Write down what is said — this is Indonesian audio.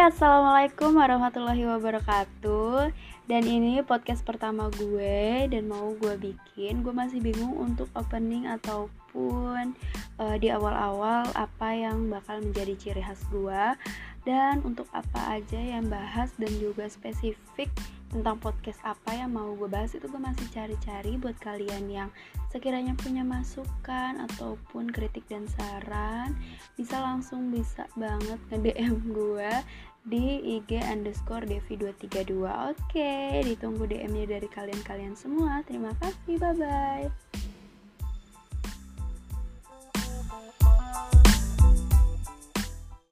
Assalamualaikum warahmatullahi wabarakatuh. Dan ini podcast pertama gue dan mau gue bikin. Gue masih bingung untuk opening ataupun di awal-awal apa yang bakal menjadi ciri khas gue dan untuk apa aja yang bahas dan juga spesifik tentang podcast apa yang mau gue bahas itu gue masih cari-cari. Buat kalian yang sekiranya punya masukan ataupun kritik dan saran, bisa banget nge-DM gue di IG_Devi232. Oke, ditunggu DM-nya dari kalian semua. Terima kasih, bye-bye.